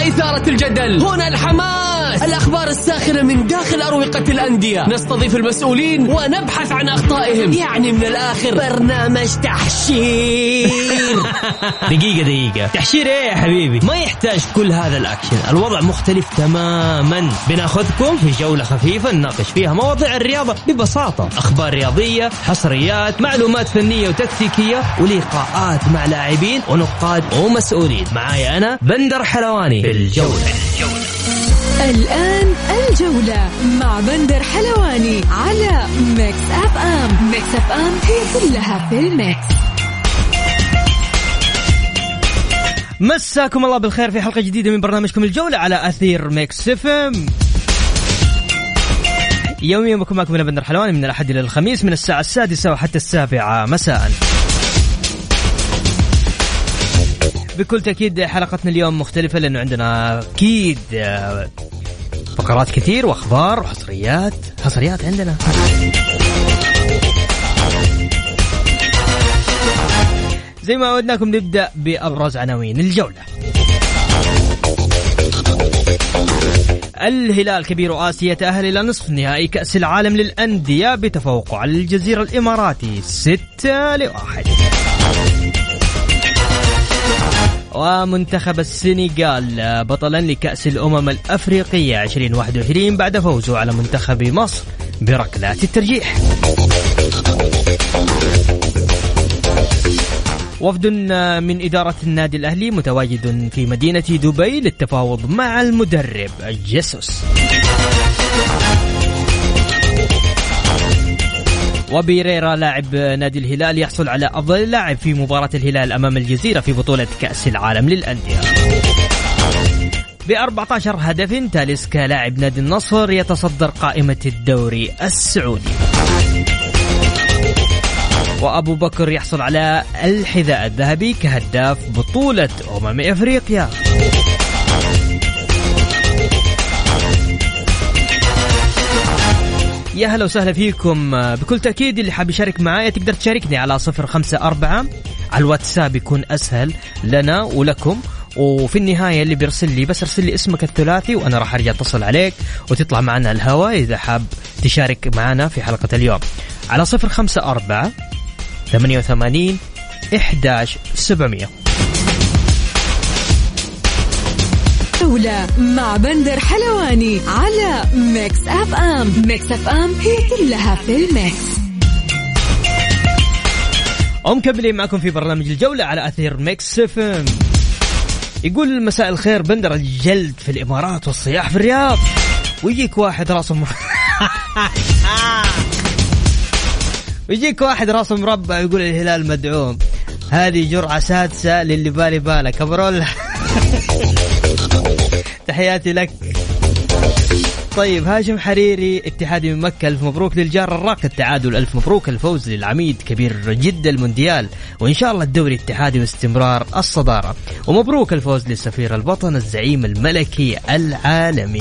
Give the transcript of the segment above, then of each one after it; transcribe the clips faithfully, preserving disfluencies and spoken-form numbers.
وإثارة الجدل. هنا الحماس، الأخبار الساخنة من داخل أروقة الأندية، نستضيف المسؤولين ونبحث عن أخطائهم. يعني من الآخر برنامج تحشير. دقيقة دقيقة، تحشير ايه يا حبيبي؟ ما يحتاج كل هذا الأكشن، الوضع مختلف تماما. بناخذكم في جولة خفيفة نناقش فيها مواضيع الرياضة ببساطة، أخبار رياضية، حصريات، معلومات فنية وتكتيكية، ولقاءات مع لاعبين ونقاد ومسؤولين. معايا أنا بندر حلواني في الجولة. الآن الجولة مع بندر حلواني على ميكس أف أم. ميكس أف أم هي كلها في الميكس. مساكم الله بالخير في حلقة جديدة من برنامجكم الجولة على أثير ميكس أف أم. يوميا بكون معكم أنا بندر حلواني من الأحد إلى الخميس من الساعة السادسة وحتى السابعة مساء. بكل تأكيد حلقتنا اليوم مختلفة لأنه عندنا أكيد فقرات كثير وأخبار وحصريات. حصريات عندنا. زي ما ودناكم نبدأ بأبرز عناوين الجولة. الهلال كبير آسيا تأهل إلى نصف نهائي كأس العالم للأندية بتفوقه على الجزيرة الإماراتي ستة لواحد. ومنتخب السنغال بطلا لكأس الأمم الأفريقية عشرين واحد وعشرين بعد فوزه على منتخب مصر بركلات الترجيح. وفد من إدارة النادي الأهلي متواجد في مدينة دبي للتفاوض مع المدرب جيسوس. وبيريرا لاعب نادي الهلال يحصل على أفضل لاعب في مباراة الهلال أمام الجزيرة في بطولة كأس العالم للأندية. بأربعة عشر هدف تاليسكا لاعب نادي النصر يتصدر قائمة الدوري السعودي. وأبو بكر يحصل على الحذاء الذهبي كهداف بطولة أمم أفريقيا. يا هلا وسهلا فيكم. بكل تأكيد اللي حاب يشارك معايا تقدر تشاركني على صفر خمسة أربعة على الواتساب، يكون أسهل لنا ولكم. وفي النهاية اللي بيرسل لي بس ارسل لي اسمك الثلاثي وأنا راح أرجع أتصل عليك وتطلع معنا الهواء إذا حاب تشارك معنا في حلقة اليوم على صفر خمسة أربعة ثمانية وثمانين إحدى عشر سبعمية. جولة مع بندر حلواني على ميكس أف أم. ميكس أف أم هي كلها في الميكس. ومكملين معكم في برنامج الجولة على أثير ميكس أف أم. يقول مساء الخير بندر، الجلد في الإمارات والصياح في الرياض، ويجيك واحد راسه م... ويجيك واحد راسه مربع يقول الهلال مدعوم. هذه جرعة سادسة للي بالي بالك أبرول. تحياتي لك. طيب هاشم حريري اتحادي من مكة، ألف مبروك للجار الراقي التعادل، ألف مبروك الفوز للعميد كبير جدا المونديال، وإن شاء الله الدوري الاتحادي واستمرار الصدارة، ومبروك الفوز للسفير البطن الزعيم الملكي العالمي.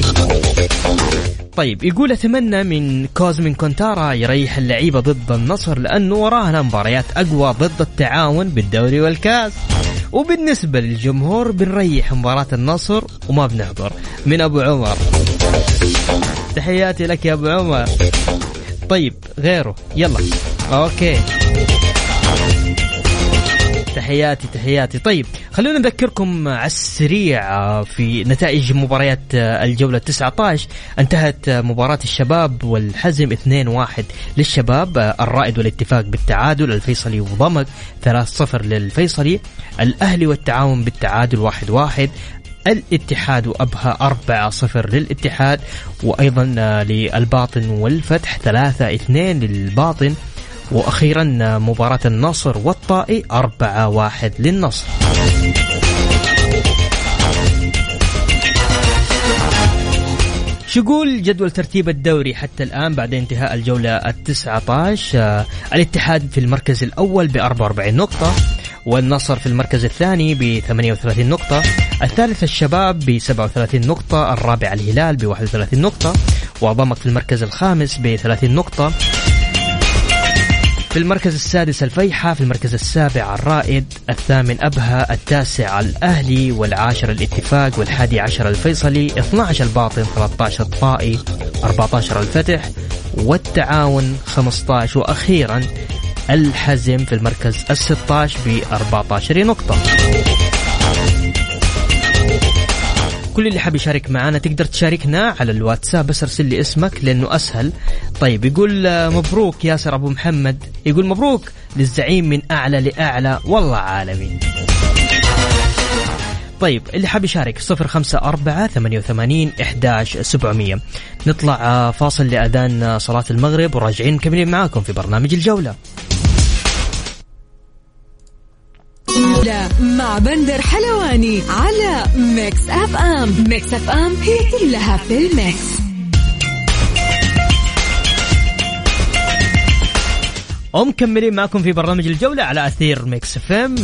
طيب يقول أتمنى من كوزمين كونتارا يريح اللعيبة ضد النصر لأنه وراهنا مباريات أقوى ضد التعاون بالدوري والكاس، وبالنسبة للجمهور بنريح مباراة النصر وما بنحضر. من أبو عمر. تحياتي لك يا أبو عمر. طيب غيره يلا أوكي. تحياتي تحياتي. طيب خلونا نذكركم على السريع في نتائج مباريات الجولة تسعة عشر. انتهت مباراة الشباب والحزم اثنين واحد للشباب، الرائد والاتفاق بالتعادل، الفيصلي وضمك ثلاثة صفر للفيصلي، الأهلي والتعاون بالتعادل واحد واحد، الاتحاد وأبها أربعة صفر للاتحاد، وأيضا للباطن والفتح ثلاثة اثنين للباطن، وأخيرا مباراة النصر والطائي أربعة واحد للنصر. شو يقول جدول ترتيب الدوري حتى الآن بعد انتهاء الجولة التسعة عشر؟ آه الاتحاد في المركز الأول بأربعة وأربعين نقطة، والنصر في المركز الثاني بثمانية وثلاثين نقطة، الثالث الشباب بسبعة وثلاثين نقطة، الرابع الهلال بواحد وثلاثين نقطة، وضمك في المركز الخامس بثلاثين نقطة، في المركز السادس الفيحة، في المركز السابع الرائد، الثامن أبها، التاسع الأهلي، والعاشر الاتفاق، والحادي عشر الفيصلي، اثني عشر الباطن، ثلاثة عشر الطائي، أربعة عشر الفتح، والتعاون خمسة عشر، وأخيرا الحزم في المركز الستة عشر بأربعة عشر نقطة. كل اللي حاب يشارك معنا تقدر تشاركنا على الواتساب، بس ارسل لي اسمك لأنه أسهل. طيب يقول مبروك ياسر أبو محمد، يقول مبروك للزعيم من أعلى لأعلى والله عالمين. طيب اللي حاب يشارك صفر خمسة أربعة ثمانية وثمانين أحد عشر سبعمية. نطلع فاصل لأذان صلاة المغرب وراجعين مكملين معاكم في برنامج الجولة مع بندر حلواني على ميكس أف أم. ميكس أف أم هي كلها في الميكس. ومكملين معكم في برنامج الجولة على أثير ميكس أف أم.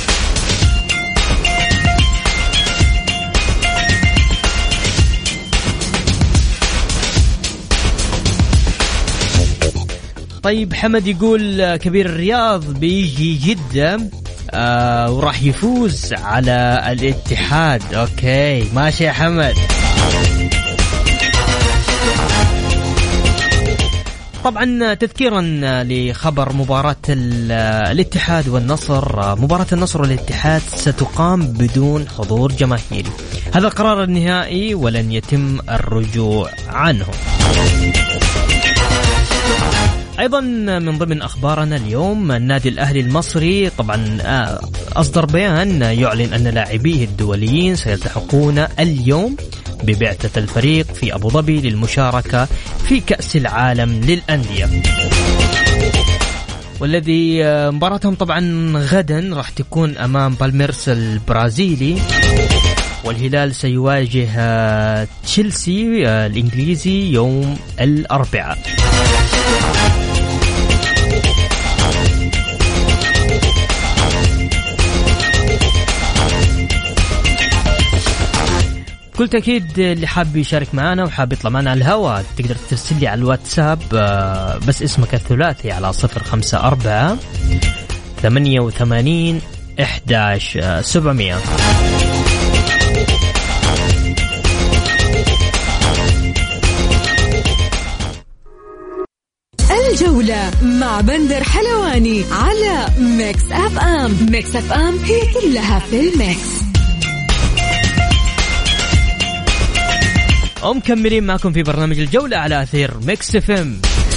طيب حمد يقول كبير الرياض بيجي جدة آه وراح يفوز على الاتحاد. اوكي ماشي يا حمد. طبعا تذكيرا لخبر مباراة الاتحاد والنصر، مباراة النصر والاتحاد ستقام بدون حضور جماهيري، هذا القرار النهائي ولن يتم الرجوع عنه. أيضا من ضمن أخبارنا اليوم النادي الأهلي المصري طبعا أصدر بيان يعلن أن لاعبيه الدوليين سيلتحقون اليوم ببعثة الفريق في أبو ظبي للمشاركة في كأس العالم للأندية، والذي مباراتهم طبعا غدا راح تكون أمام بالميرس البرازيلي، والهلال سيواجه تشيلسي الإنجليزي يوم الأربعاء. بكل تأكيد اللي حاب يشارك معنا وحاب يطلع معنا على الهواء تقدر ترسل لي على الواتساب بس اسمك الثلاثي على صفر خمسة أربعة ثمانية وثمانين أحد عشر سبعمية. الجولة مع بندر حلواني على ميكس أف أم. ميكس أف أم هي كلها في الميكس. ومكملين معكم في برنامج الجولة على أثير ميكس اف ام.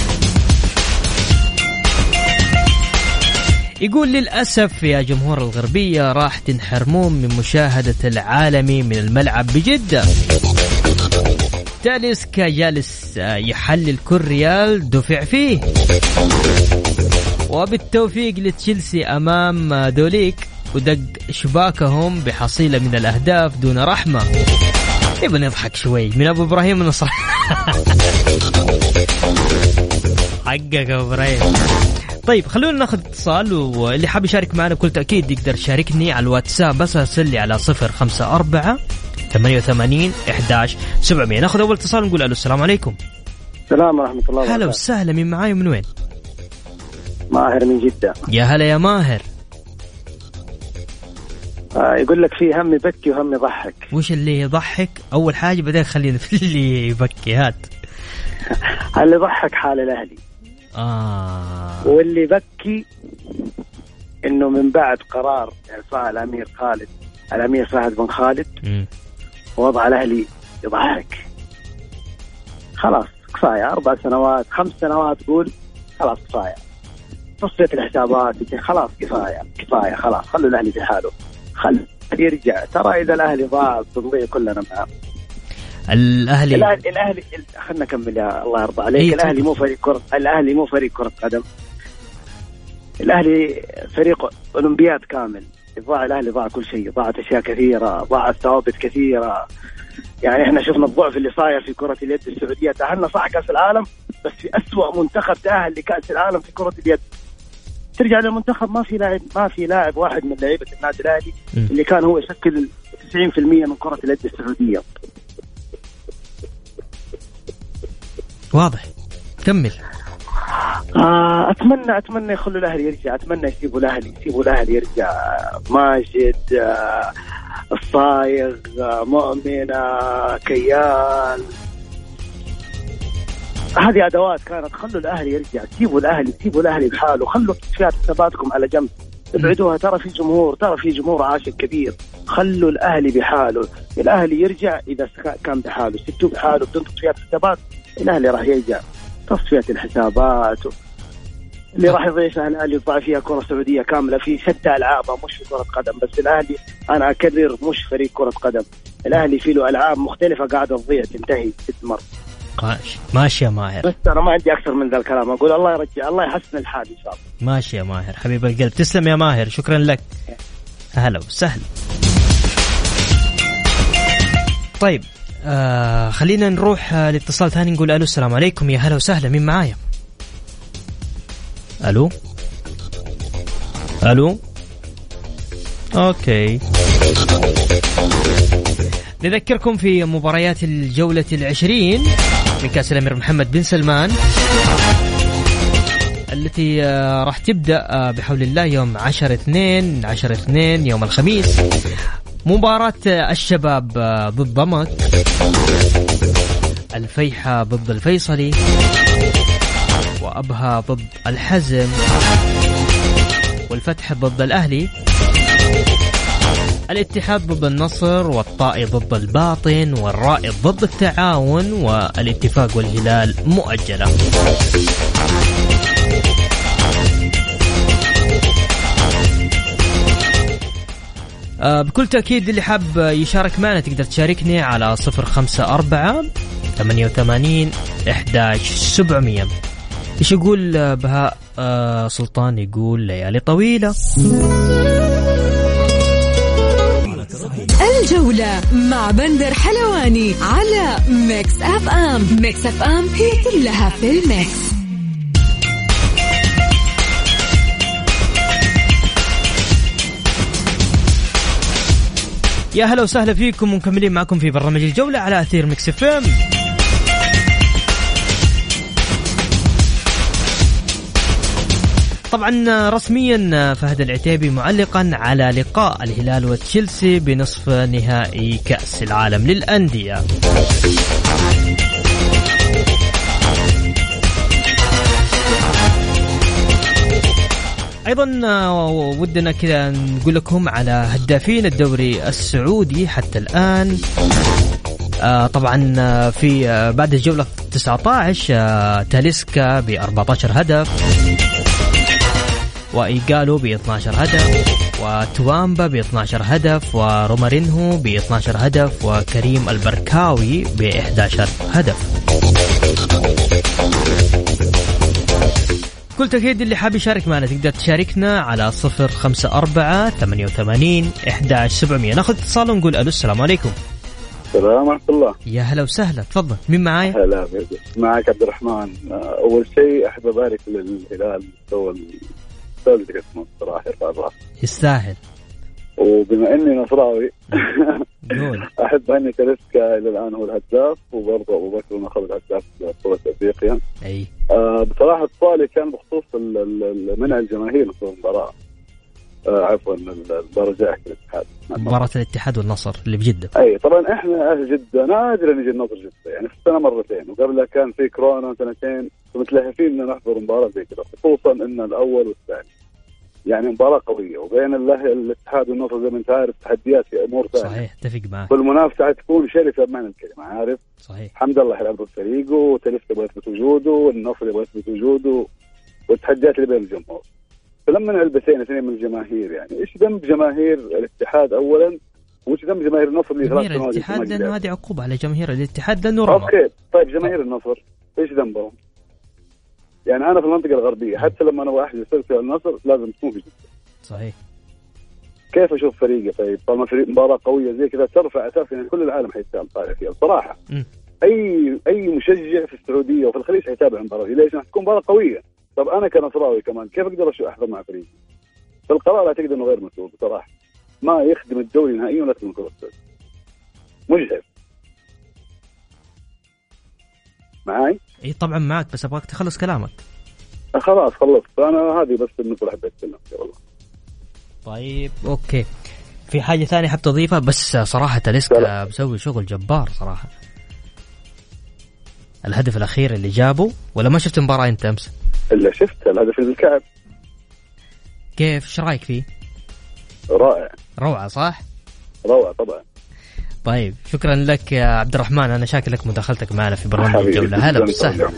يقول للأسف يا جمهور الغربية راح تنحرمون من مشاهدة العالمي من الملعب بجدة. تاليسكا جالس يحلل كل ريال دفع فيه، وبالتوفيق لتشيلسي أمام دوليك ودق شباكهم بحصيلة من الأهداف دون رحمة. يبقى نضحك شوي من أبو إبراهيم النصر. حقك يا أبو إبراهيم. طيب خلونا ناخذ اتصال، واللي حاب يشارك معنا بكل تأكيد يقدر يشاركني على الواتساب، بس ارسل لي على صفر خمسة أربعة ثمانية وثمانين أحد عشر سبعمية. ناخذ أول اتصال نقول ألو السلام عليكم. السلام ورحمة الله وبركاته. هلا وسهلا، من معاي من وين؟ ماهر من جدة. يا هلا يا ماهر. آه يقول لك في هم يبكي وهم يضحك. وش اللي يضحك؟ أول حاجة بعدين خلينا في اللي يبكي. هات. اللي يضحك حال الأهلي. آه. واللي يبكي إنه من بعد قرار إعفاء الأمير خالد الأمير فهد بن خالد م. وضع الأهلي يضحك. خلاص كفاية، أربع سنوات خمس سنوات تقول خلاص كفاية، تصفية الحسابات خلاص كفاية كفاية خلاص، خلوا الأهلي في حاله، خل يرجع. ترى إذا الأهلي ضاع بنضيع كلنا معه. الأهلي الأهلي الأهلي خلنا نكمل يا الله يرضى عليك. الأهلي مو فريق كرة، الأهلي مو فريق كرة قدم، الأهلي فريق أولمبياد كامل. ضاع الأهلي ضاع كل شيء، ضاعت أشياء كثيرة، ضاعت ثوابت كثيرة. يعني إحنا شفنا الضعف اللي صاير في كرة اليد السعودية. تأهلنا صح كأس العالم، بس في أسوأ منتخب تأهل لكأس العالم في كرة اليد. ترجع للمنتخب ما في لاعب ما في لاعب واحد من لاعيبة النادي الأهلي اللي كان هو يشكل تسعين بالمئة من كرة اليد السعودية. واضح. كمل. آه أتمنى أتمنى يخلوا الأهلي يرجع، أتمنى يسيبوا الأهلي يسيبوا الأهلي يرجع. ماجد، آه الصايغ، آه مؤمن، آه كيال، هذه أدوات كانت. خلوا الأهلي يرجع، سيبوا الأهلي سيبوا الأهلي بحاله، خلوا تصفيات حساباتكم على جنب، ابعدوها. ترى في جمهور ترى في جمهور عاشق كبير. خلوا الأهلي بحاله، الأهلي يرجع إذا كان بحاله. سبتوه بحاله بدون تصفيات حسابات، الأهلي راح يرجع. تصفيات الحسابات و... اللي راح يضيفها الأهلي يطلع فيها كرة سعودية كاملة في شتى ألعابها، مش في كرة قدم بس. الأهلي أنا أكرر مش فريق كرة قدم، الأهلي فيه له ألعاب مختلفة قاعدة تضيع تنتهي ست مرات. ماشي ماشي يا ماهر، بس أنا ما عندي أكثر من ذا الكلام. أقول الله يرجع، الله يحسن الحال إن شاء الله. ماشي يا ماهر حبيب القلب، تسلم يا ماهر، شكرا لك. أهلا وسهلا. طيب آه خلينا نروح آه لاتصال ثاني، نقول ألو السلام عليكم. يا هلا وسهلا، مين معايا؟ ألو ألو أوكي. نذكركم في مباريات الجولة العشرين من كأس الأمير محمد بن سلمان التي راح تبدأ بحول الله يوم عشرة اثنين عشرة اثنين يوم الخميس. مباراة الشباب ضد ضمك، الفيحة ضد الفيصلي، وأبها ضد الحزم، والفتح ضد الأهلي، الاتحاد ضد النصر، والطائي ضد الباطن، والرائد ضد التعاون، والاتفاق والهلال مؤجلة. آه بكل تأكيد اللي حاب يشارك معنا تقدر تشاركني على صفر خمسة أربعة ثمانية وثمانين أحد عشر سبعمية. إيش يقول بهاء آه سلطان؟ يقول ليالي طويلة. الجولة مع بندر حلواني على ميكس أف أم. ميكس أف أم هي كلها في الميكس. يا هلا وسهلا فيكم، ومكملين معكم في برنامج الجولة على أثير ميكس أف أم. طبعا رسميا فهد العتيبي معلقا على لقاء الهلال وتشيلسي بنصف نهائي كأس العالم للأندية. أيضا ودنا كذا نقول لكم على هدافين الدوري السعودي حتى الآن. آه طبعا في آه بعد الجولة تسعة عشر آه تاليسكا ب أربعة عشر هدف، وإيغالو ب اثني عشر هدف، وتوامبا ب اثني عشر هدف، ورومارينهو ب اثني عشر هدف، وكريم البركاوي ب أحد عشر هدف. كل تأكيد اللي حاب يشارك معنا تقدر تشاركنا على صفر خمسة أربعة ثمانية وثمانين أحد عشر سبعمية. ناخذ اتصال ونقول ألو السلام عليكم. السلام ورحمة الله. يا هلا وسهلا، تفضل، مين معايا؟ هلا معك عبد الرحمن. أول شيء أحب أبارك للهلال، سوى السؤال اللي اسمه الصراحة يرفع الرأس، يستاهل. وبما إني نصراوي أحب أني تاليسكا إلى الآن هو الهداف، وبرضه أبو بكر ما أخذ الهداف بطولة أفريقيا. أي آه بصراحة السؤال كان بخصوص منع الجماهير في المباراة، آه عفوا الدرجات الاتحاد، مباراة الاتحاد والنصر اللي بجدة. أي طبعا إحنا أهل جدة نادر نجي النصر جدة، يعني في السنة مرتين، وقبلها كان في كورونا سنتين، فمتلهفين إن نحضر مباراة زي كذا، خصوصا إن الأول والثاني يعني مباراة قوية، وبين الله الاتحاد والنصر زي ما انت عارف تحديات في امور ثانية. صحيح، اتفق معك. والمنافسة تكون شرسة بمعنى الكلمة، عارف؟ صحيح. الحمد لله يلعب فريقه، وتاليسكا يبغى يثبت وجوده، والنصر يبغى يثبت وجوده، والتحديات اللي بين الجمهور. فلما نلبسين اثنين من الجماهير، يعني ايش ذنب جماهير الاتحاد اولا، وايش ذنب جماهير النصر اللي ثلاث سنوات؟ الاتحاد لانه هذه عقوبة على جماهير الاتحاد لانه رمى. اوكي طيب جماهير النصر ايش ذنبهم؟ يعني انا في المنطقة الغربية حتى لما انا واحد يصير في النصر لازم تكون في جدة. صحيح. كيف اشوف فريقي؟ طيب طالما فريق مباراه قويه زي كذا ترفع اساس يعني كل العالم حيتابع طالع فيها الصراحه. م. اي اي مشجع في السعوديه وفي الخليج حيتابع المباراه، ليش؟ راح تكون مباراه قويه. طب انا كنصراوي كمان كيف اقدر احضر مع فريقي؟ فالقرار اعتقد انه غير مسؤول بصراحه، ما يخدم الدوري نهائيا ولا يخدم الكره السعوديه. مجهد. معاي؟ اي طبعا معك، بس ابغاك تخلص كلامك. خلاص خلصت انا هذه بس النقطه حبيت اتكلم فيها والله. طيب اوكي، في حاجه ثانيه حاب تضيفها؟ بس صراحه تاليسكا مسوي شغل جبار صراحه. الهدف الاخير اللي جابه، ولا ما شفت المباراه انت امس؟ الا شفت الهدف الكعب. كيف ايش رايك فيه؟ رائع. روعه صح؟ روعه طبعا. طيب شكرا لك يا عبد الرحمن، انا شاكر لك مداخلتك معنا في برنامج الجوله. هلا وسهلا.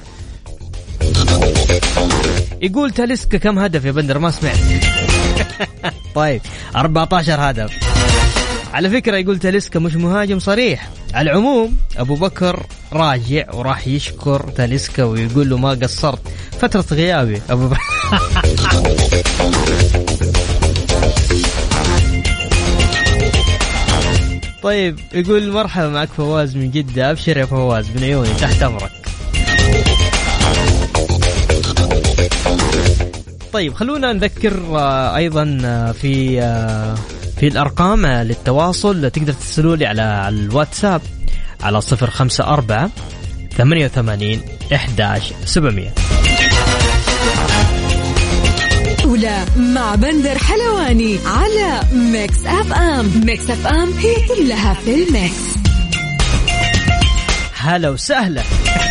يقول تاليسكا كم هدف يا بندر؟ ما سمعت. طيب أربعة عشر هدف على فكرة. يقول تاليسكا مش مهاجم صريح. على العموم أبو بكر راجع وراح يشكر تاليسكا ويقول له ما قصرت فترة غيابي أبو بكر. طيب يقول مرحبا معك فواز من جدة، أبشر يا فواز من عيوني تحت أمرك. طيب خلونا نذكر أيضا في في الأرقام للتواصل. تقدر ترسلوا لي على الواتساب على صفر خمسة أربعة ثمانية وثمانين أحد عشر سبعمية. أولى مع بندر حلواني على ميكس أف أم. ميكس أف أم هي كلها في الميكس. هلا وسهلا.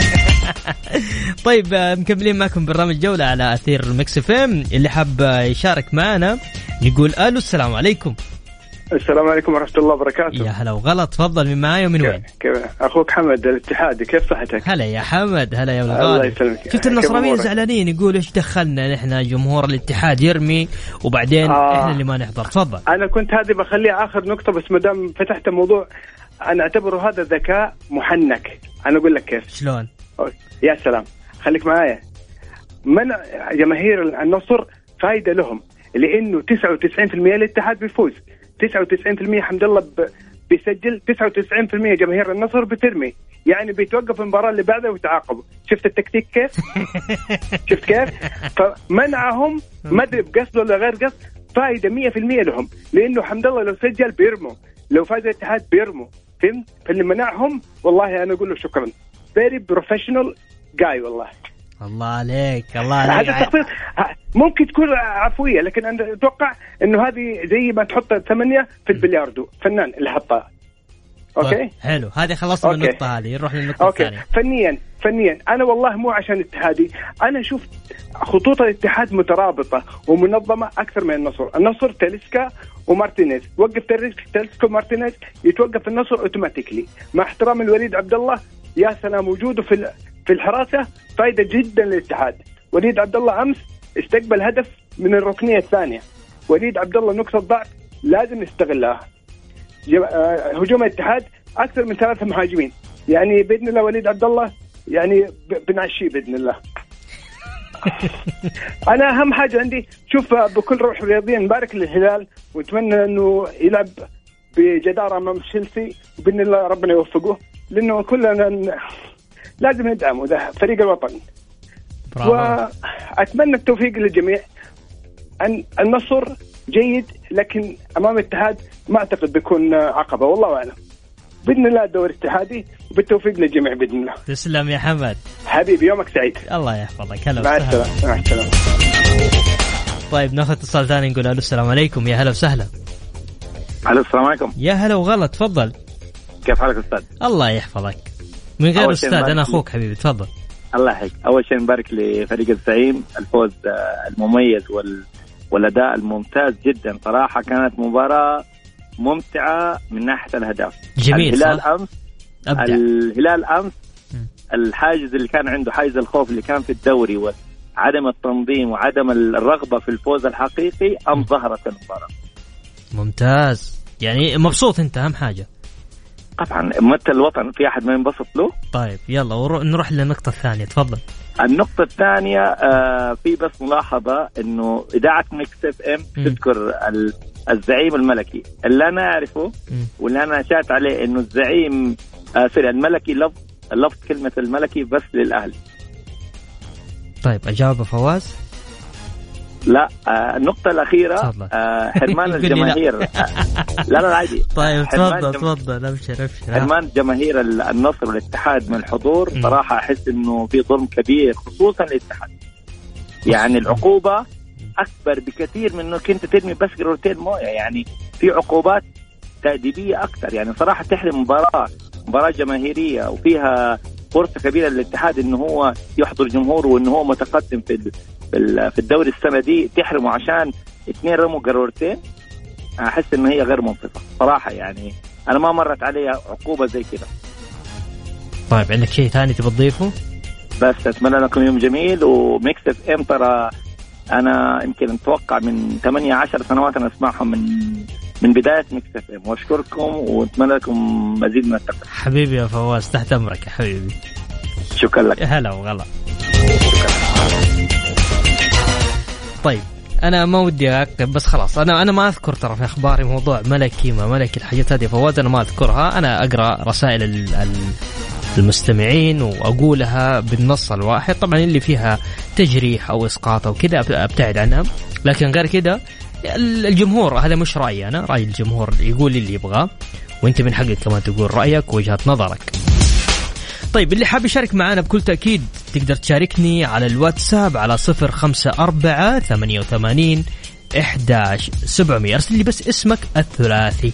طيب مكملين معكم برنامج جولة على أثير ميكس اف ام. اللي حاب يشارك معنا نقول ألو السلام عليكم. السلام عليكم ورحمة الله وبركاته. يا هلا وغلط، تفضل من معايا ومن وين؟ كيف أخوك حمد الاتحادي، كيف صحتك؟ هلا يا حمد. هلا يا ولد. الله يسلمك. شفت النصرانيين زعلانين يقول إيش دخلنا نحن جمهور الاتحاد يرمي وبعدين آه. إحنا اللي ما نحضر. تفضل. أنا كنت هذه بخليها آخر نقطة، بس مدام فتحت الموضوع أنا أعتبره هذا ذكاء محنك. أنا أقول لك كيف. شلون؟ يا سلام، خليك معايا. منع جماهير النصر فايدة لهم، لأنه تسعة وتسعين بالمئة الاتحاد بيفوز، تسعة وتسعين بالمئة حمد الله بيسجل، تسعة وتسعين بالمئة جماهير النصر بترمي، يعني بيتوقف المباراة اللي بعدها وتعاقبوا. شفت التكتيك كيف؟ شفت كيف؟ فمنعهم ما أدري بقصد ولا غير قصد، فايدة مئة بالمئة لهم، لأنه حمد الله لو سجل بيرموا، لو فاز الاتحاد بيرموا، فهمت؟ فاللي منعهم والله أنا أقول له شكرا. very professional guy والله. الله عليك الله عليك. هذا التخطيط ممكن تكون عفوية، لكن أنا أتوقع إنه هذه زي ما تحط ثمانية في البلياردو، فنان اللي حطها. أوكي حلو، هذه خلصنا من النقطة هذه، نروح للنقطة أوكي. الثانية. فنيا فنيا أنا والله مو عشان اتحادي، أنا شوف خطوط الاتحاد مترابطة ومنظمة أكثر من النصر. النصر تاليسكا ومارتينيز، وقف تاليسكا ومارتينيز يتوقف النصر أوتوماتيكلي. مع احترام الوليد عبد الله، يا سلام وجوده في في الحراسة فائدة جدا للاتحاد. وليد عبد الله أمس استقبل هدف من الركنية الثانية. وليد عبد الله نقطة ضعف لازم نستغلها. هجوم الاتحاد أكثر من ثلاثة مهاجمين، يعني بإذن الله وليد عبد الله يعني بنعشيه بإذن الله. أنا أهم حاجة عندي شوف بكل روح رياضية نبارك للهلال ونتمنى إنه يلعب بجدارة أمام تشيلسي، وبإذن الله ربنا يوفقه، لأنه كلنا لازم ندعمه، ده فريق الوطن. وأتمنى التوفيق للجميع. أن النصر جيد، لكن أمام الاتحاد ما أعتقد بيكون عقبة، والله أعلم. بإذن الله الدوري الاتحادي، وبالتوفيق للجميع بإذن الله. تسلم يا حمد حبيبي، يومك سعيد. الله يحفظك. هلا مع السلامة. مع السلامة. طيب ناخذ اتصال ثاني، نقول ألو السلام عليكم. يا هلا وسهلا. ألو السلام عليكم. يا هلا وغلط، تفضل. كيف حالك أستاذ؟ الله يحفظك. من غير أستاذ أنا أخوك حبيبي، تفضل. الله يحييك. أول شيء نبارك لفريق الزعيم الفوز المميز وال... والأداء الممتاز جدا. صراحة كانت مباراة ممتعة من ناحية الأهداف. جميل. الهلال صح؟ أمس أبدع. الهلال أمس الحاجز اللي كان عنده، حاجز الخوف اللي كان في الدوري وعدم التنظيم وعدم الرغبة في الفوز الحقيقي، أم ظهرت المباراة. ممتاز، يعني مبسوط أنت أهم حاجة. طبعا متى الوطن في أحد ما ينبسط له. طيب يلا نروح للنقطة الثانية، تفضل. النقطة الثانية آه في بس ملاحظة إنه إذاعة ميكس اف ام تذكر الزعيم الملكي. اللي أنا أعرفه واللي أنا شات عليه إنه الزعيم آه في الملكي لفظ لفظ كلمة الملكي بس للأهل. طيب أجاوب فواز. لا آه النقطة الأخيرة آه حرمان الجماهير. لا. لا لا عادي. طيب تفضل تفضل أبشر أبشر. حرمان جماهير النصر والاتحاد من الحضور. صراحة أحس إنه في ظلم كبير خصوصا للاتحاد. يعني العقوبة أكبر بكثير من إنك أنت ترمي بس قارورتين موية. يعني في عقوبات تأديبية أكثر. يعني صراحة تحرم مباراة مباراة جماهيرية وفيها فرصة كبيرة للاتحاد إنه هو يحضر جمهور وإنه هو متقدم في في الدوري السنة دي، تحرمه عشان اثنين رموا قارورتين. أحس إنه هي غير منصفة صراحة. يعني أنا ما مرت علي عقوبة زي كذا. طيب عندك شيء ثاني تبغى تضيفه؟ بس أتمنى لكم يوم جميل. وميكس اف ام ترى أنا يمكن أتوقع من ثمانية عشر سنوات أنا أسمعهم من من بداية ميكس اف ام، وأشكركم وأتمنى لكم مزيد من التقدم. حبيبي يا فواز تحت أمرك يا حبيبي. شكرا لك. هلا وغلا. طيب أنا ما ودي أكتب بس خلاص أنا أنا ما أذكر ترى في أخباري موضوع ملكي ما ملكي الحاجات هذه فواز أنا ما أذكرها. أنا أقرأ رسائل ال ال المستمعين وأقولها بالنص الواحد. طبعا اللي فيها تجريح أو إسقاط أو كذا أبتعد عنها، لكن غير كذا الجمهور هذا مش رأيي أنا، رأي الجمهور يقول اللي يبغاه، وأنت من حقك كمان تقول رأيك ووجهة نظرك. طيب اللي حاب يشارك معنا بكل تأكيد تقدر تشاركني على الواتساب على صفر خمسة أربعة ثمانية وثمانين إحدى عشر سبعمية. أرسل لي بس اسمك الثلاثي.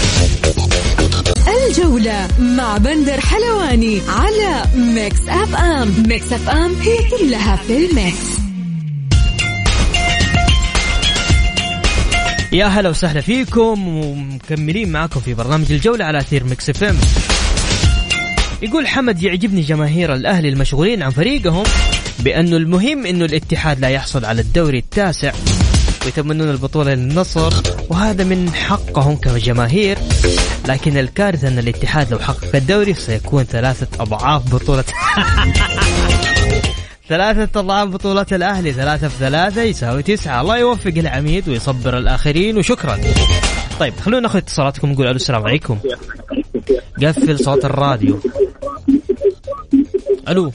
الجولة مع بندر حلواني على ميكس أف أم. ميكس أف أم هي كلها في الميكس. يا هلا وسهلا فيكم ومكملين معكم في برنامج الجولة على أثير ميكس أف أم. يقول حمد يعجبني جماهير الأهلي المشغولين عن فريقهم بأنه المهم أنه الاتحاد لا يحصل على الدوري التاسع ويتمنون البطولة للنصر، وهذا من حقهم كجماهير، لكن الكارثة أن الاتحاد لو حقق الدوري سيكون ثلاثة أضعاف بطولة ثلاثة أضعاف بطولة الأهلي. ثلاثة في ثلاثة يساوي تسعة. الله يوفق العميد ويصبر الآخرين وشكرا. طيب خلونا ناخذ اتصالاتكم. نقول ألو السلام عليكم. قفل صوت الراديو. ألو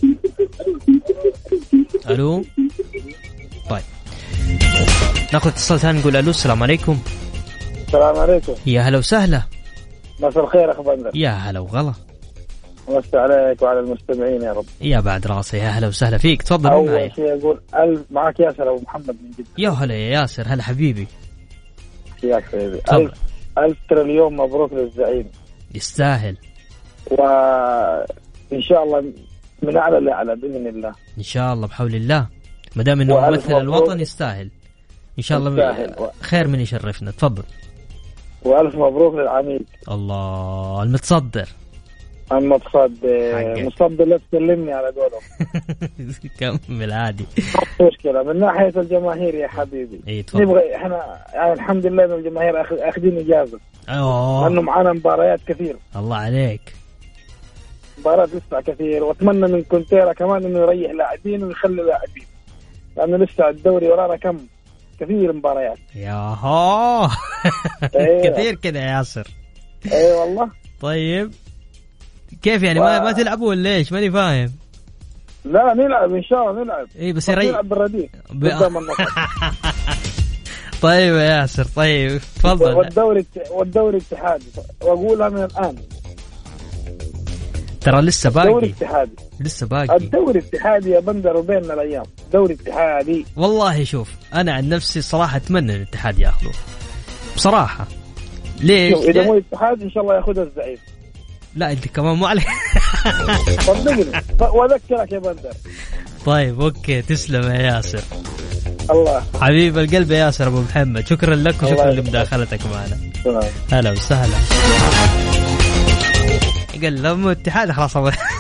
ألو. طيب ناخذ اتصال ثاني. نقول ألو السلام عليكم. السلام عليكم. يا هلا وسهلا. مساء الخير أخ بندر. يا هلا وغلا. مساء عليك وعلى المستمعين يا رب. يا بعد راسي. يا هلا وسهلا فيك. تفضل. أول شيء أقول ألف معك ياسر أبو محمد من جدة. يا هلا يا ياسر. هلا حبيبي. يا حبيبي. ألف ألف تريليون مبروك للزعيم. يستاهل. وإن شاء الله من أعلى لأعلى بإذن الله. إن شاء الله بحول الله. ما دام إنه ممثل الوطن يستاهل. إن شاء الله يستاهل. خير من يشرفنا. تفضل. وألف مبروك للعميد. الله المتصدر. المتصدر مصدر لا تكلمني على قوله. كمل عادي. مشكلة من ناحية الجماهير يا حبيبي. إيه نبغى إحنا يعني الحمد لله إن الجماهير أخ... أخذين إجازة. أوه. لأنه معانا مباريات كثير. الله عليك. مباريات لسه كثير، وأتمنى من كونتيرا كمان إنه يريح لاعبين ويخلي لاعبين، لأنه لسه الدوري ورانا كم كثير مباريات. يا ها. أيوة. كثير كده يا ياسر. اي أيوة والله. طيب كيف يعني و... ما ما تلعبوا ولا ايش؟ ماني فاهم. لا نلعب ان شاء الله نلعب. اي بس يريح. نلعب بالرديء ب... قدام النصر. طيب يا ياسر. طيب تفضل. والدوري والدوري اتحادي واقولها من الان. ترى لسه باقي. الدوري اتحادي. لسه باقي. الدوري اتحادي يا بندر وبيننا الايام. دوري اتحادي. والله شوف انا عن نفسي صراحه اتمنى الاتحاد ياخذه بصراحه. ليش؟ اذا مو الاتحاد ان شاء الله ياخذها الزعيم. لا انت كمان مو عليك. صدقني واذكرك يا بندر. طيب اوكي تسلم يا ياسر. الله حبيب القلب يا ياسر ابو محمد. شكرا لك وشكرا لمداخلتك معنا. هلا وسهلا. قال لهم الاتحاد خلاص.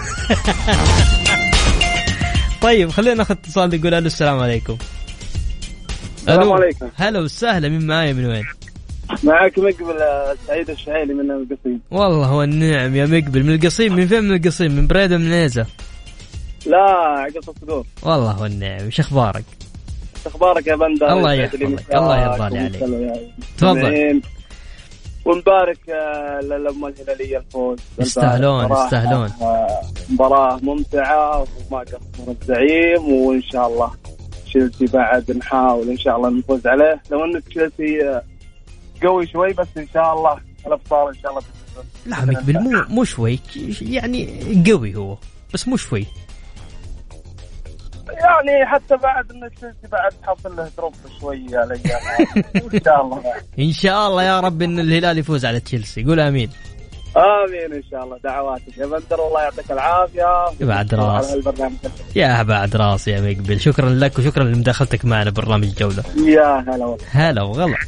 طيب خلينا ناخذ اتصال. نقول الو السلام عليكم. السلام عليكم. هلا وسهلا. من معايا من وين؟ معاك مقبل سعيد الشهيلي من القصيم. والله والنعم يا مقبل. من القصيم. من فين من القصيم؟ من بريدة من نيزة؟ لا قصة صدور. والله والنعم. ايش اخبارك؟ اخبارك يا بندر؟ الله يحفظك. الله يرضى عليك. تفضل. ونبارك للأمة الهلالية الفوز. يستاهلون يستاهلون. مباراة ممتعة وما قصر الزعيم، وإن شاء الله تشيلسي بعد نحاول إن شاء الله نفوز عليه، لو أن تشيلسي قوي شوي بس إن شاء الله الأبطال إن شاء الله. لا مقبل مو مو شوي يعني قوي هو بس مو شوي يعني حتى بعد ان تشيلسي بعد حصل له دروب شويه الايام ان شاء الله ان شاء الله يا رب ان الهلال يفوز على تشيلسي. قول امين. امين ان شاء الله. دعواتك يا بندر والله يعطيك العافيه. بعد راس يا بعد راس يا مقبل. شكرا لك وشكرا لمداخلتك معنا برنامج الجوله. يا هلا هلا وغلا.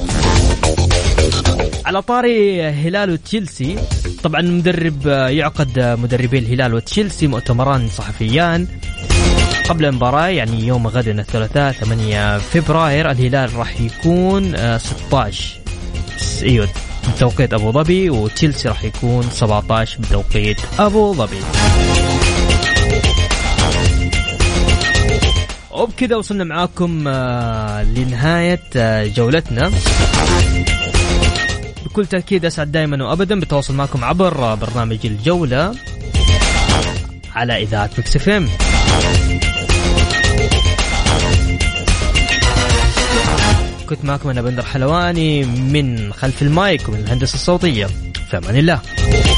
على طاري هلال وتشيلسي، طبعا مدرب يعقد مدربي الهلال وتشيلسي مؤتمران صحفيان قبل المباراة، يعني يوم غد الثلاثاء ثمانية فبراير. الهلال راح يكون ستة عشر ايوه بتوقيت ابو ظبي، وتشيلسي راح يكون سبعة عشر بتوقيت ابو ظبي. وبكذا وصلنا معاكم لنهاية جولتنا. بكل تأكيد أسعد دائما وأبدا بالتواصل معكم عبر برنامج الجولة على إذاعة ميكس اف ام. كنت معكم أنا بندر حلواني من خلف المايك ومن الهندسة الصوتية. في أمان الله.